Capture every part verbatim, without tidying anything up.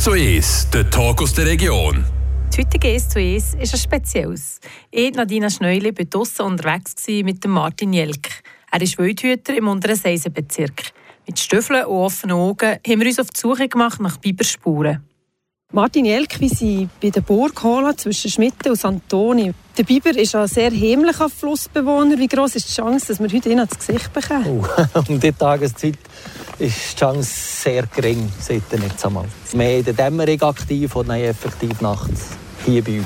eins zu eins, der Talk aus der Region. Das heutige eins zu eins ist etwas Spezielles. Ich, Nadina Schneuli, war draussen unterwegs mit Martin Jelk. Er ist Wildhüter im unteren Seisenbezirk. Mit Stiefeln und offenen Augen haben wir uns auf die Suche gemacht nach Biberspuren. Martin Jelk, wir sind bei der Burg Hola zwischen Schmitten und Santoni. Der Biber ist ein sehr heimlicher Flussbewohner. Wie gross ist die Chance, dass wir heute ihn ans Gesicht bekommen? Oh, um diese Tageszeit ist die Chance sehr gering, seit er nicht einmal. Mehr in der Dämmerung aktiv und dann effektiv nachts hier bei uns.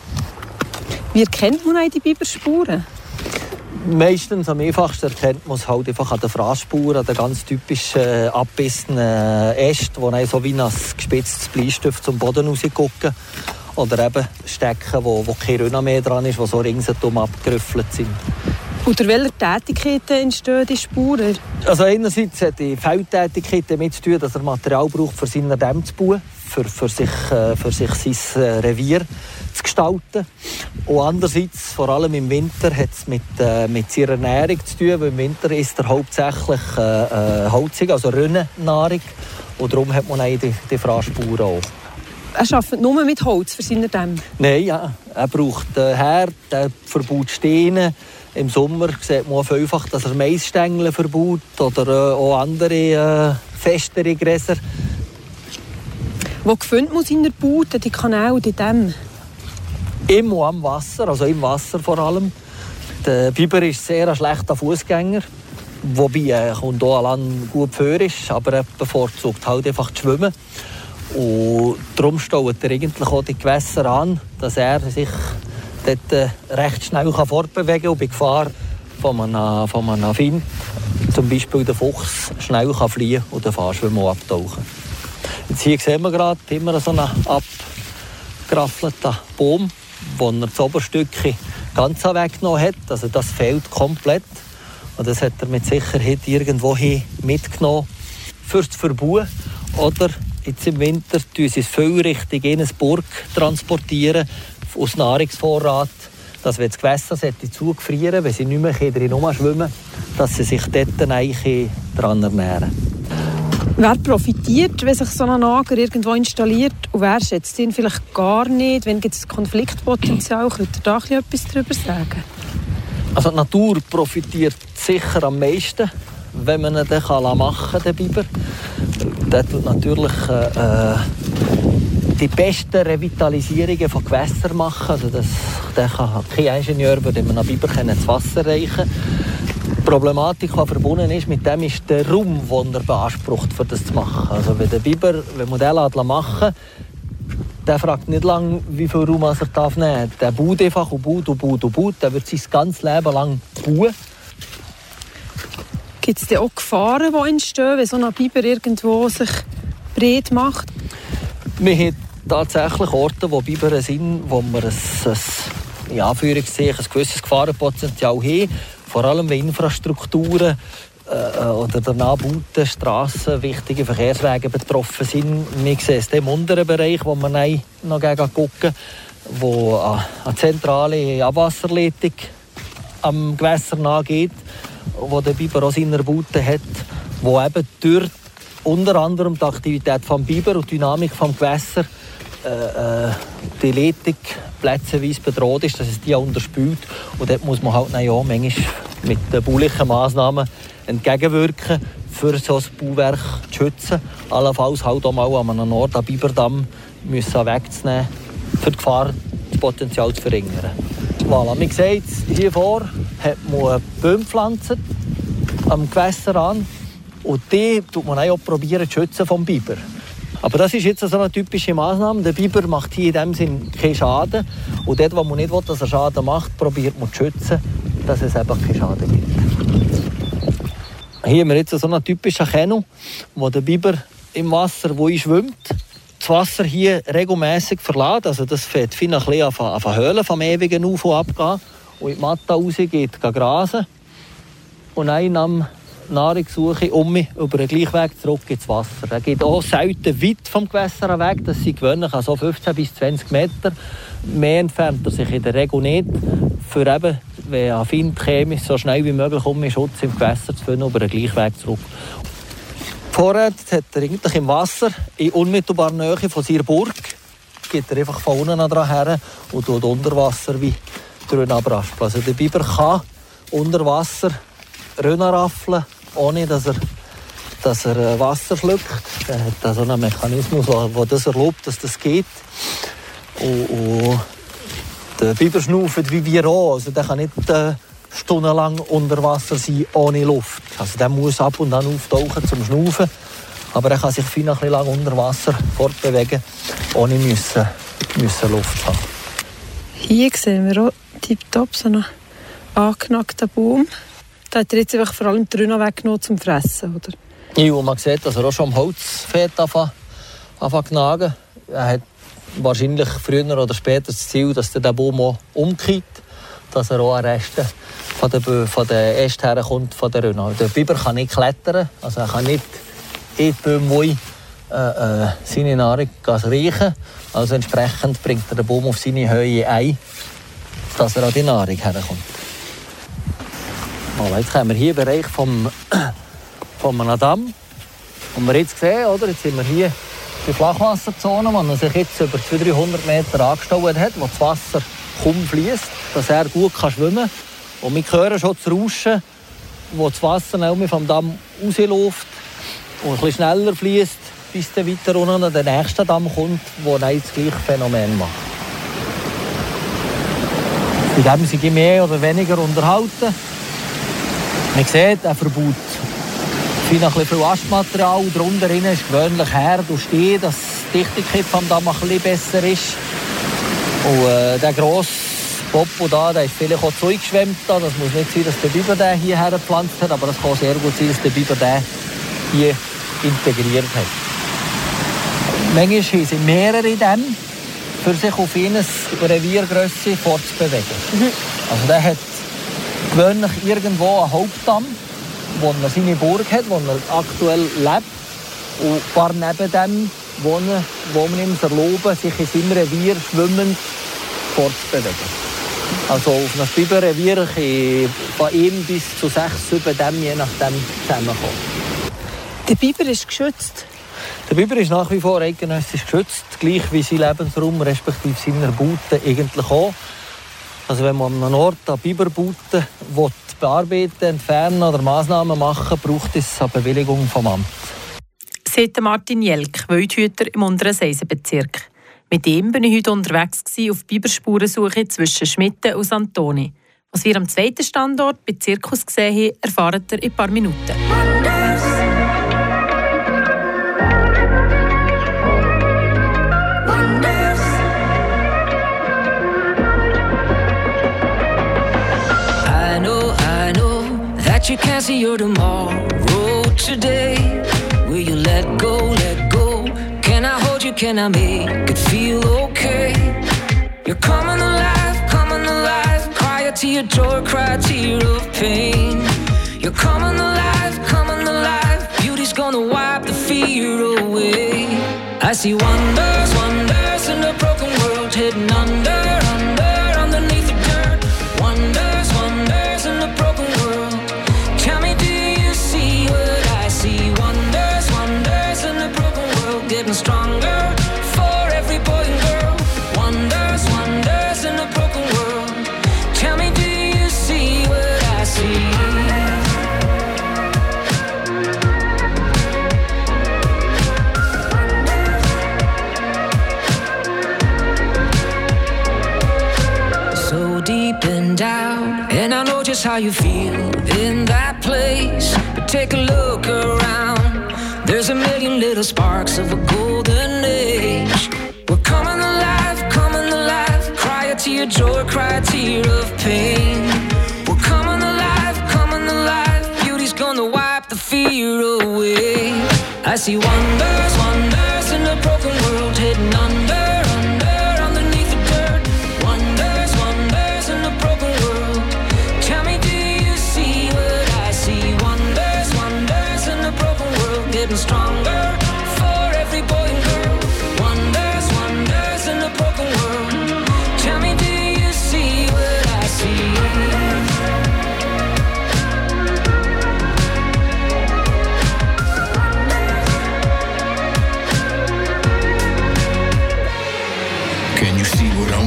Wie erkennt man die Biberspuren? Meistens am einfachsten erkennt man es halt einfach an den Fraßspuren, an den ganz typischen äh, abbissenen Ästen, die so wie ein gespitztes Bleistift zum Boden rausgucken. Oder eben Stecken, wo, wo kein Röhne mehr dran ist, die so ringsherum abgerüffelt sind. Unter welcher Tätigkeit entstehen die Spuren? Also einerseits hat die Feldtätigkeit damit zu tun, dass er Material braucht, für seine Dämme zu bauen, für, für, sich, für sich sein Revier zu gestalten. Und andererseits, vor allem im Winter, hat es mit, äh, mit seiner Ernährung zu tun, weil im Winter isst er hauptsächlich äh, Holzig, also Rönnennahrung. Und darum hat man auch die, die Fraßspuren auch. Er arbeitet nur mit Holz für seine Dämme? Nein, ja. Er braucht äh, Herd, er verbaut Steine. Im Sommer sieht man vielfach, dass er Maisstängel verbaut oder äh, auch andere äh, festere Gräser. Wo findet man seine Bauten, die Kanäle, die Dämme? Im und am Wasser, also im Wasser vor allem. Der Biber ist sehr ein schlechter Fußgänger, wobei er kommt auch an Land gut für ist, aber er bevorzugt halt einfach zu schwimmen. Und darum staut er eigentlich auch die Gewässer an, dass er sich dort äh, recht schnell fortbewegen kann und bei Gefahr von einem, von einem Find, zum Beispiel der Fuchs, schnell kann fliehen und den Fahrschwimmen abtauchen. Jetzt hier sehen wir gerade immer so einen abgeraffelten Baum, wo er das Oberstückchen ganz weggenommen hat. Also das fehlt komplett. Und das hat er mit Sicherheit irgendwo mitgenommen fürs Verbauen. Oder jetzt im Winter tun sie es viel Richtung in eine Burg transportieren, aus Nahrungsvorrat, dass wenn das Gewässer zugefrieren, wenn sie nicht mehr drin schwimmen, dass sie sich dort eigentlich daran ernähren. Wer profitiert, wenn sich so ein Lager irgendwo installiert und wer schätzt ihn vielleicht gar nicht? Wenn gibt es Konfliktpotenzial? Könnt ihr da etwas darüber sagen? Also die Natur profitiert sicher am meisten, wenn man ihn dann machen kann, den Biber. Der tut natürlich äh, die besten Revitalisierungen von Gewässern machen. Also das, der kann kein Ingenieur würde einem Biber ins Wasser reichen. Die Problematik, die verbunden ist mit dem, ist der Raum, den er beansprucht, um das zu machen. Also wenn der Biber, wenn man den machen lässt, der fragt nicht lange, wie viel Raum er nehmen darf. Der baut einfach und baut und baut und baut. Der wird sein ganzes Leben lang bauen. Gibt es denn auch Gefahren, die entstehen, wenn so ein Biber irgendwo sich breit macht? Wir haben tatsächlich Orte, wo Biber sind, wo wir ein, ein, in Anführungszeichen, ein gewisses Gefahrenpotenzial haben. Vor allem, wenn Infrastrukturen äh, oder danach Bauten, Strassen, wichtige Verkehrswege betroffen sind. Wir sehen es im unteren Bereich, wo wir noch gegen gucken, wo eine zentrale Abwasserleitung am Gewässer nachgeht, wo der Biber auch seine Bauten hat, wo eben durch unter anderem die Aktivität des Biber und die Dynamik des Gewässers äh, die Leitung plätzenweise bedroht ist, dass es die auch unterspült. Und dort muss man halt auch manchmal mit den baulichen Massnahmen entgegenwirken, für so ein Bauwerk zu schützen. Allenfalls halt auch mal an einem Ort, am Biberdamm, müssen wegzunehmen, für die Gefahr, das Potenzial zu verringern. Voilà, man sieht hier vor, hat man Bäume gepflanzt am Gewässer an. Und die tut man auch probieren zu schützen vom Biber. Aber das ist jetzt so eine typische Maßnahme. Der Biber macht hier in dem Sinn keinen Schaden. Und dort, wo man nicht will, dass er Schaden macht, probiert man zu schützen, dass es eben keinen Schaden gibt. Hier haben wir jetzt so einen typischen Kennel, wo der Biber im Wasser, wo er schwimmt, das Wasser hier regelmässig verlässt. Also das fängt viel ein bisschen auf eine Höhle vom ewigen Auf- und Abgehen. Und in die Matte rausgeht, geht grasen. Und dann am Nahrungssuche um mich über den gleichen Weg zurück ins Wasser. Er geht auch selten weit vom Gewässer weg. Das sind gewöhnlich also fünfzehn bis zwanzig Meter. Mehr entfernt er sich in der Regel nicht. Für eben, wenn ein Find käme, so schnell wie möglich um mich Schutz im Gewässer zu finden, über den gleichen Weg zurück. Vorräte hat er eigentlich im Wasser, in unmittelbarer Nähe von seiner Burg. Geht er einfach von unten dran her und tut unter Wasser wie Röhn abraspeln. Also der Biber kann unter Wasser Röhn raffeln, ohne dass er, dass er Wasser schluckt. Er hat da so einen Mechanismus, der das erlaubt, dass das geht. Und, und der Biber schnauft wie wir auch. Also der kann nicht äh, stundenlang unter Wasser sein ohne Luft. Also der muss ab und an auftauchen zum Schnaufen. Aber er kann sich viel noch ein bisschen lang unter Wasser fortbewegen, ohne müssen, müssen Luft zu haben. Hier sehen wir auch tipptopp so einen angeknackten Baum. Da hat er jetzt einfach vor allem die Rüne weggenommen zum Fressen, oder? Ja, und man sieht, dass er auch schon am Holz anfangen zu knagen. Er hat wahrscheinlich früher oder später das Ziel, dass der Baum auch umkippt, dass er auch an Resten von der, von der Äste herkommt, von der Rüne. Der Biber kann nicht klettern, also er kann nicht in die Bäume äh, äh, seine Nahrung riechen. Also entsprechend bringt er den Baum auf seine Höhe ein, dass er an die Nahrung herkommt. Also jetzt haben wir hier den Bereich vom, vom Damm. Und wir jetzt sehen, oder? Jetzt sind wir hier die Flachwasserzone, wo er sich jetzt über zweihundert bis dreihundert Meter angestaut hat, wo das Wasser kaum fließt, dass er gut schwimmen kann. Und wir hören schon das Rauschen, wo das Wasser auch vom Damm rausläuft und ein bisschen schneller fließt, bis dann weiter unten an den nächsten Damm kommt, der das gleiche Phänomen macht. Bei dem sind sie mehr oder weniger unterhalten. Man sieht, er verbaut viel, ein bisschen viel Astmaterial. Darunter ist gewöhnlich Herd und Stein, dass die Dichtigkeit vom Damm ein bisschen besser ist. Und äh, der grosse Popo da, der ist vielleicht auch zugeschwemmt. Das muss nicht sein, dass der Biber den hierher gepflanzt hat, aber das kann sehr gut sein, dass der Biber den hier integriert hat. Manchmal haben sie mehrere Dämme, für sich auf eine Reviergrösse fortzubewegen. Mhm. Also der hat gewöhnlich irgendwo einen Hauptdamm, wo er seine Burg hat, wo er aktuell lebt. Und ein paar neben dem wohnen, wo man ihm erlauben, sich in seinem Revier schwimmend fortzubewegen. Also auf einem Biberrevier kann von ihm bis zu sechs, sieben Dämme je nachdem zusammenkommen. Der Biber ist geschützt? Der Biber ist nach wie vor eidgenössisch geschützt, gleich wie sein Lebensraum respektive seine Bauten eigentlich auch. Also wenn man an einem Ort eine Biberbauten bearbeiten, entfernen oder Massnahmen machen, braucht es eine Bewilligung vom Amt. Sagt Martin Jelk, Wildhüter im unteren Seisenbezirk. Mit ihm war ich heute unterwegs auf Biberspurensuche zwischen Schmitten und Santoni. Was wir am zweiten Standort bei Zirkus gesehen haben, erfahrt ihr in ein paar Minuten. You can't see your tomorrow today. Will you let go, let go? Can I hold you, can I make it feel okay? You're coming alive, coming alive. Cry a tear of joy, cry a tear of pain. You're coming alive, coming alive. Beauty's gonna wipe the fear away. I see wonders, wonders in a broken world, hidden under, under, underneath the dirt. Wonders, wonders in a broken world. Tell me, do you see what I see? Wonders, wonders in a broken world, getting stronger for every boy and girl. Wonders, wonders in a broken world. Tell me, do you see what I see? So deep and down, and I know just how you feel in that place. But take a look around. There's a million little sparks of a golden age. We're coming alive, coming alive. Cry a tear of joy, cry a tear of pain. We're coming alive, coming alive. Beauty's gonna wipe the fear away. I see wonders, wonders in a broken world, hidden under, under, underneath the dirt. Wonders, wonders in a broken world. Tell me, do you see what I see? Wonders, wonders in a broken world, getting stronger for every boy and girl. Wonders, wonders in a broken world. Tell me, do you see what I see?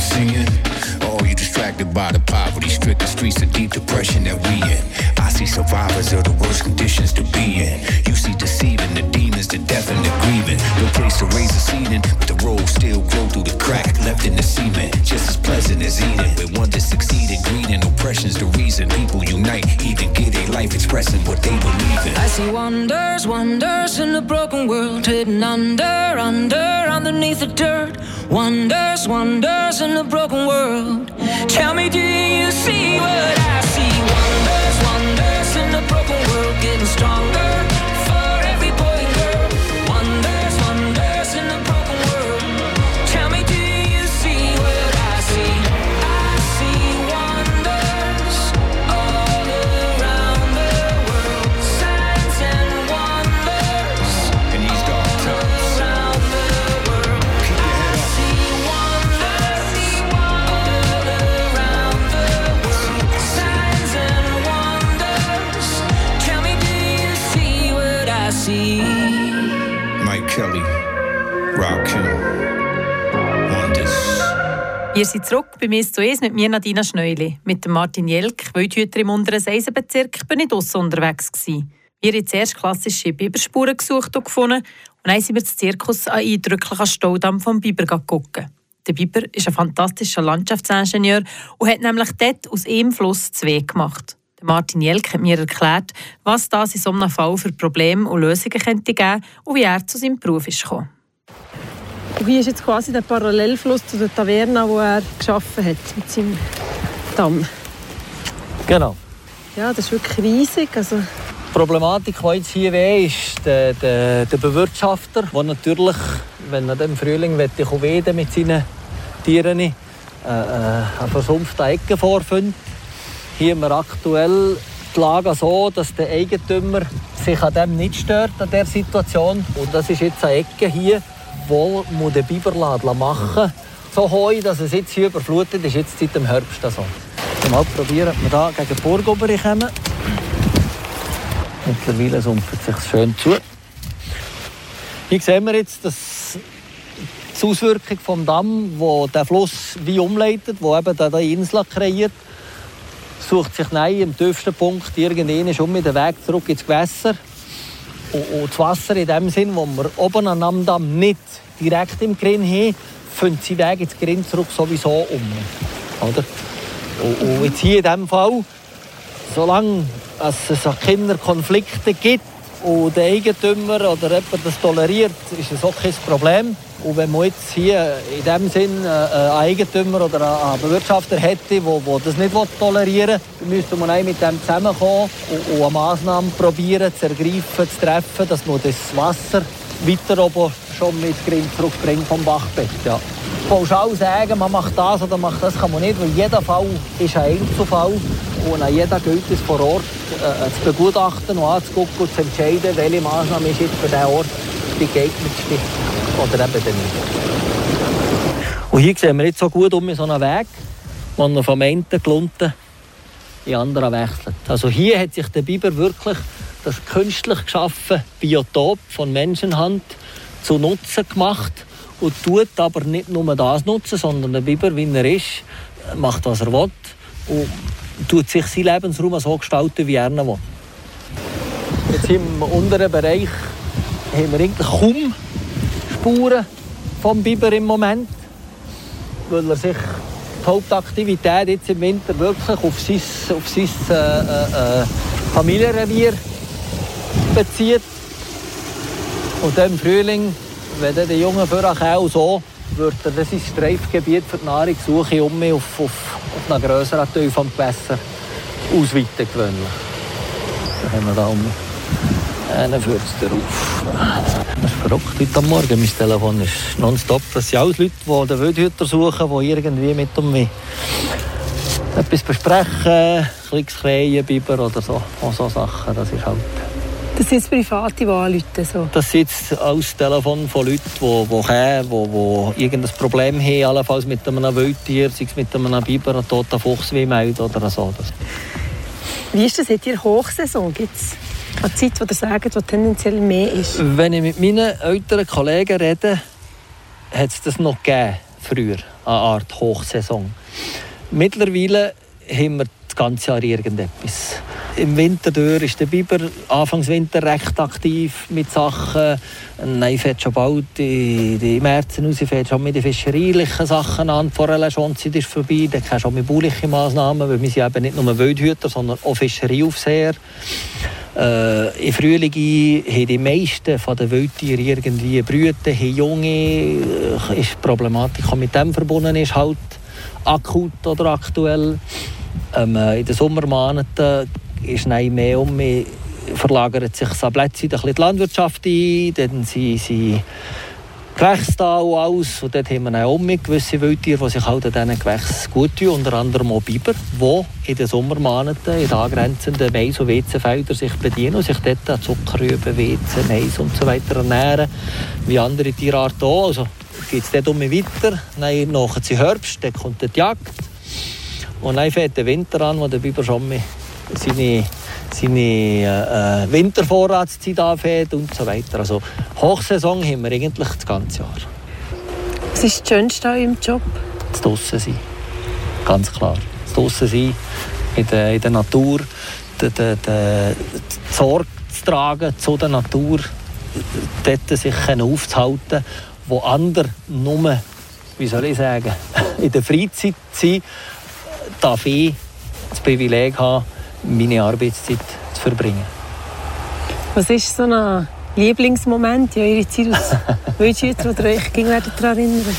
singing? Oh, you distracted by the poverty, stricken streets of deep depression that we in. I see survivors of the worst conditions to be in. You see deceiving the demons, the death and the grieving. No place to raise a seeding, but the road still grow through the crack left in the cement. Just as pleasant as eating. With one that succeeded, greed and oppression's the reason people unite, even get a life expressing what they believe in. I see wonders, wonders in a broken world, hidden under, under, underneath the dirt. Wonders, wonders in a broken world. Tell me, do you see what I see? Wonders, wonders in a broken world, getting stronger for every boy and girl. Wonders, wonders in a broken world. Tell me, do you see what I see? I see wonders all around the world. Signs and wonders In these dark times, around the world. keep your head I up. see wonders all around the world. Signs and wonders. Tell me, do you see what I see? Mike Kelly, Rakim, Wonders. Wir sind zurück bei «Mies zu Es» mit mir, Nadina Schneuli. Mit dem Martin Jelk, Wildhüter im unteren Seisenbezirk, bin ich draussen unterwegs gewesen. Wir haben zuerst klassische Biberspuren gesucht und gefunden und dann sind wir zum Zirkus an eindrücklichen Staudamm vom Biber geguckt. Der Biber ist ein fantastischer Landschaftsingenieur und hat nämlich dort aus einem Fluss zwei gemacht. Der Martin Jelk hat mir erklärt, was das in so einem Fall für Probleme und Lösungen könnte geben und wie er zu seinem Beruf ist gekommen. Wie ist jetzt quasi der Parallelfluss zu der Taverna, wo er geschaffen hat mit seinem Damm? Genau. Ja, das ist wirklich riesig. Also, Die Problematik, die jetzt hier wäre, ist der, der, der Bewirtschafter, der natürlich, wenn er im Frühling weiden mit seinen Tieren, äh, äh, eine versumpfte Ecke vorfindet. Hier haben wir aktuell die Lage so, dass der Eigentümer sich an dem nicht stört, an dieser Situation. Und das ist jetzt eine Ecke hier, wo man den Biber machen muss. So hoch, dass es jetzt hier überflutet ist, jetzt seit dem Herbst so. Mal probieren, ob wir hier gegen die Burg kommen. Mittlerweile sumpft es sich schön zu. Hier sehen wir jetzt dass die Auswirkung des Damms, wo der Fluss wie umleitet, wo eben die Insel kreiert, sucht sich nein, im tiefsten Punkt irgendwann um den Weg zurück ins Gewässer. Und das Wasser in dem Sinn, wo wir oben am Damm nicht direkt im Grinn haben, findet seinen Weg ins Grinn zurück sowieso um. Oder? Und jetzt hier in diesem Fall, solange es keine Konflikte gibt und der Eigentümer oder jemand das toleriert, ist es auch kein Problem. Und wenn man jetzt hier in diesem Sinn einen Eigentümer oder einen Bewirtschafter hätte, der das nicht tolerieren will, dann müsste man mit dem zusammenkommen und eine Massnahme probieren, zu ergreifen, zu treffen, dass man das Wasser weiter oben schon mit Grind zurückbringt vom Bachbett. Ja. Pauschal sagen, man macht das oder macht das, kann man nicht, weil jeder Fall ist ein Einzelfall. Und an jeder gilt es vor Ort äh, zu begutachten und anzugucken und zu entscheiden, welche Massnahme ist jetzt für diesen Ort die geeignetste oder eben nicht. Und hier sehen wir jetzt so gut um so einen Weg, der vom einen Glunten in den anderen wechselt. Also hier hat sich der Biber wirklich das künstlich geschaffene Biotop von Menschenhand zu Nutzen gemacht und tut aber nicht nur das nutzen, sondern der Biber, wie er ist, macht, was er will und tut sich seinen Lebensraum so gestalten, wie er ihn will. Jetzt im unteren Bereich haben wir eigentlich kaum Spuren vom Biber im Moment, weil er sich die Hauptaktivität jetzt im Winter wirklich auf sein, auf sein äh, äh, Familienrevier bezieht. Und dann im Frühling, wenn der junge Vögel so, wird er das ist Streifgebiet für die Nahrungssuche um auf, auf, auf einen grösseren Teil des Gewässers ausweiten gewöhnlich. Dann haben wir da um einundvierzig drauf. Das ist verrückt heute am Morgen. Mein Telefon ist nonstop. Das sind alles Leute, die den Wildhüter suchen, die irgendwie mit um mich etwas besprechen, Kleinkrähen, Biber oder so. Und so Sachen. Das ist halt. Das sind Private, die anrufen. So. Das sind jetzt alles Telefon von Leuten, die, die kommen, die, die irgendein Problem haben, allenfalls mit einem Wildtier, sei es mit einem Biber, einem toten Fuchs wie melden oder so. Wie ist das in der Hochsaison? Gibt es eine Zeit, wo ihr sagt, die tendenziell mehr ist? Wenn ich mit meinen älteren Kollegen rede, hat es das noch gegeben. früher eine Art Hochsaison. Mittlerweile haben wir das ganze Jahr irgendetwas. Im Winter durch ist der Biber Anfangs Winter recht aktiv mit Sachen. Nein, fährt schon bald die, die März raus, fährt schon mit den fischereilichen Sachen an. Die Forellenschonzeit ist vorbei, dann kannst du auch mit baulichen Massnahmen, weil wir sind eben nicht nur Wildhüter, sondern auch Fischereiaufseher. Äh, Im Frühling haben die meisten von den Wildtieren irgendwie Brüten, haben Junge. Äh, ist die Problematik, die mit dem verbunden ist, halt akut oder aktuell. Ähm, in den Sommermonaten ist mehr um mich, verlagert sich das Plätzchen in die Landwirtschaft ein, dann sind sie Gewächstal und alles. Und dort haben wir auch gewisse Wildtiere, die sich halt an diesen Gewächsen gut tun, unter anderem auch Biber, die in den Sommermonaten in den angrenzenden Mais- und Weizenfeldern sich bedienen und sich dort an Zuckerrüben, Weizen, Mais und so weiter ernähren, wie andere Tierarten auch. Also geht es dort um mich weiter. Dann nachher zum Herbst, dann kommt die Jagd. Und dann fängt der Winter an, wo der Biber schon seine, seine äh, Wintervorratszeit anfängt und so weiter. Also Hochsaison haben wir eigentlich das ganze Jahr. Was ist das Schönste an Ihrem Job? Das draussen sein. Ganz klar. Das draussen sein, in der, in der Natur, die, die, die, die Sorge zu tragen zu der Natur, dort sich aufzuhalten, wo andere nur, wie soll ich sagen, in der Freizeit sind, darf ich das Privileg haben, meine Arbeitszeit zu verbringen. Was ist so ein Lieblingsmoment in eurer Zeit als Wildschützer, oder euch daran erinnern?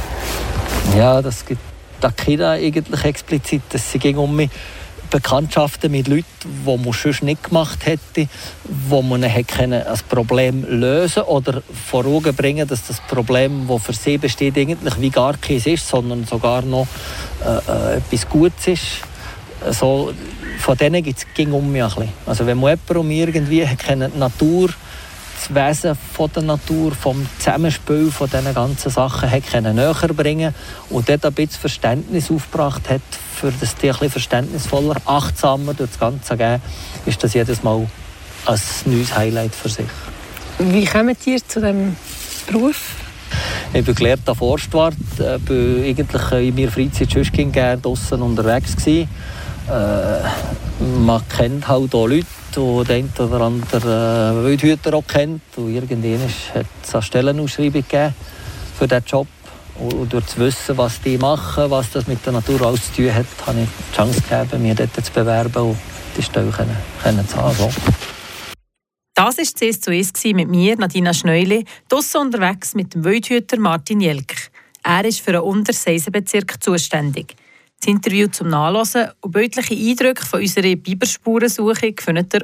Ja, das gibt da keine eigentlich explizit. Es ging um mich Bekanntschaften mit Leuten, die man sonst nicht gemacht hätte, wo man hätte ein Problem lösen oder vor Augen bringen, dass das Problem, das für sie besteht, eigentlich wie gar keins ist, sondern sogar noch äh, etwas Gutes ist. So, von denen gibt es um mich ein bisschen. Also wenn man jemanden um irgendwie die Natur, das Wesen von der Natur, vom Zusammenspiel von diesen ganzen Sachen hat näher bringen und dort ein bisschen Verständnis aufgebracht hat, für das die ein bisschen verständnisvoller, achtsamer durch das Ganze geben, ist das jedes Mal ein neues Highlight für sich. Wie kommt ihr zu diesem Beruf? Ich bin gelehrter Forstwart, äh, bin eigentlich in meiner Freizeit schon gerne draussen unterwegs gewesen. Äh, man kennt halt auch Leute, die den einen oder anderen äh, Wildhüter auch kennt. Und irgendwann hat es eine Stellenausschreibung gegeben für diesen Job. Und durch das Wissen, was die machen, was das mit der Natur alles zu tun hat, habe ich die Chance gegeben, mich dort zu bewerben und die Stelle können, können zu haben. So. Das war C S zu eins mit mir, Nadina Schneuli, draussen unterwegs mit dem Wildhüter Martin Jelk. Er ist für den Unterseisenbezirk zuständig. Das Interview zum Nachlesen und bildliche Eindrücke von unserer Biberspurensuche findet ihr